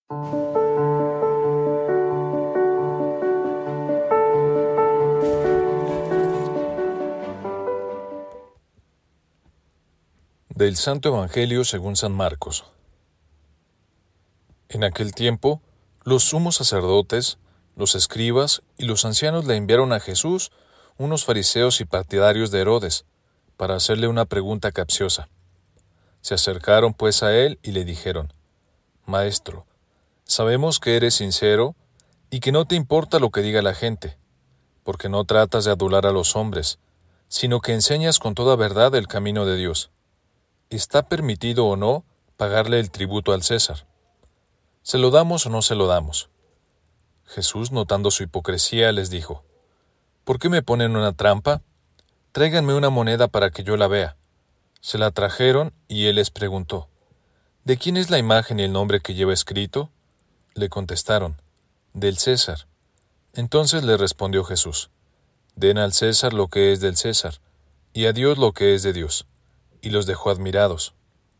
Del Santo Evangelio según San Marcos. En aquel tiempo, los sumos sacerdotes, los escribas y los ancianos le enviaron a Jesús unos fariseos y partidarios de Herodes, para hacerle una pregunta capciosa. Se acercaron pues a él y le dijeron: Maestro, sabemos que eres sincero y que no te importa lo que diga la gente, porque no tratas de adular a los hombres, sino que enseñas con toda verdad el camino de Dios. ¿Está permitido o no pagarle el tributo al César? ¿Se lo damos o no se lo damos? Jesús, notando su hipocresía, les dijo: ¿Por qué me ponen una trampa? Tráiganme una moneda para que yo la vea. Se la trajeron y él les preguntó: ¿De quién es la imagen y el nombre que lleva escrito? Le contestaron: del César. Entonces le respondió Jesús: Den al César lo que es del César, y a Dios lo que es de Dios. Y los dejó admirados.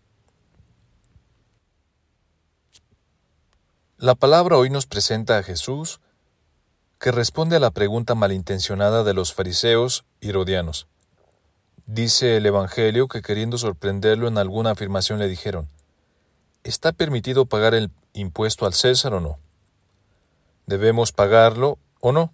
La palabra hoy nos presenta a Jesús, que responde a la pregunta malintencionada de los fariseos y herodianos. Dice el Evangelio que, queriendo sorprenderlo en alguna afirmación, le dijeron: ¿Está permitido pagar el impuesto al César o no? ¿Debemos pagarlo o no?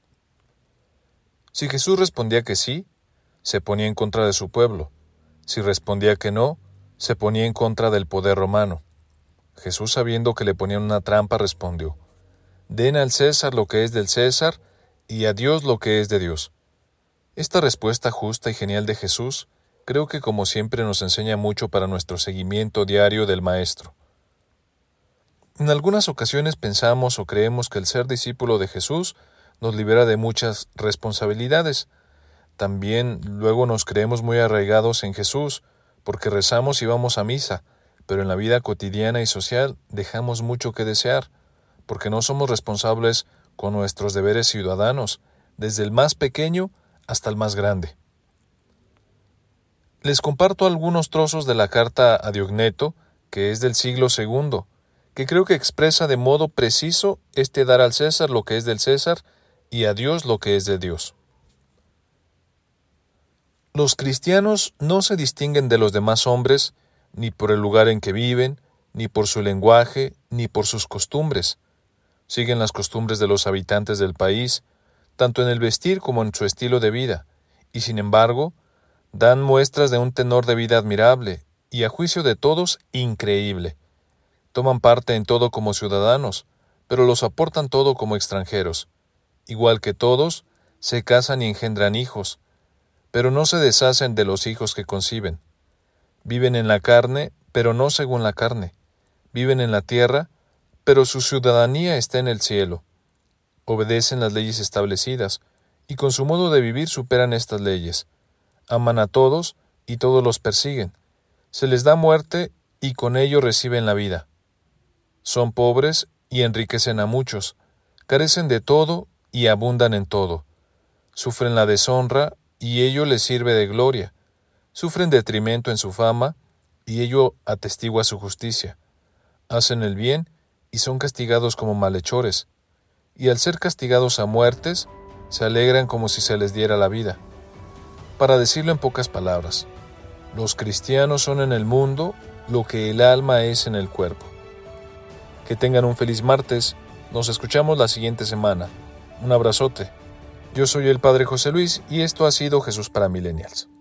Si Jesús respondía que sí, se ponía en contra de su pueblo. Si respondía que no, se ponía en contra del poder romano. Jesús, sabiendo que le ponían una trampa, respondió: Den al César lo que es del César, y a Dios lo que es de Dios. Esta respuesta justa y genial de Jesús, creo que como siempre nos enseña mucho para nuestro seguimiento diario del Maestro. En algunas ocasiones pensamos o creemos que el ser discípulo de Jesús nos libera de muchas responsabilidades. También luego nos creemos muy arraigados en Jesús, porque rezamos y vamos a misa, pero en la vida cotidiana y social dejamos mucho que desear, porque no somos responsables con nuestros deberes ciudadanos, desde el más pequeño hasta el más grande. Les comparto algunos trozos de la carta a Diogneto, que es del siglo II, que creo que expresa de modo preciso dar al César lo que es del César y a Dios lo que es de Dios. Los cristianos no se distinguen de los demás hombres ni por el lugar en que viven, ni por su lenguaje, ni por sus costumbres. Siguen las costumbres de los habitantes del país, tanto en el vestir como en su estilo de vida, y sin embargo, dan muestras de un tenor de vida admirable y, a juicio de todos, increíble. Toman parte en todo como ciudadanos, pero lo soportan todo como extranjeros. Igual que todos, se casan y engendran hijos, pero no se deshacen de los hijos que conciben. Viven en la carne, pero no según la carne. Viven en la tierra, pero su ciudadanía está en el cielo. Obedecen las leyes establecidas, y con su modo de vivir superan estas leyes. Aman a todos, y todos los persiguen. Se les da muerte, y con ello reciben la vida. Son pobres, y enriquecen a muchos. Carecen de todo, y abundan en todo. Sufren la deshonra, y ello les sirve de gloria. Sufren detrimento en su fama, y ello atestigua su justicia. Hacen el bien, y son castigados como malhechores. Y al ser castigados a muertes, se alegran como si se les diera la vida. Para decirlo en pocas palabras, los cristianos son en el mundo lo que el alma es en el cuerpo. Que tengan un feliz martes. Nos escuchamos la siguiente semana. Un abrazote. Yo soy el Padre José Luis y esto ha sido Jesús para Millennials.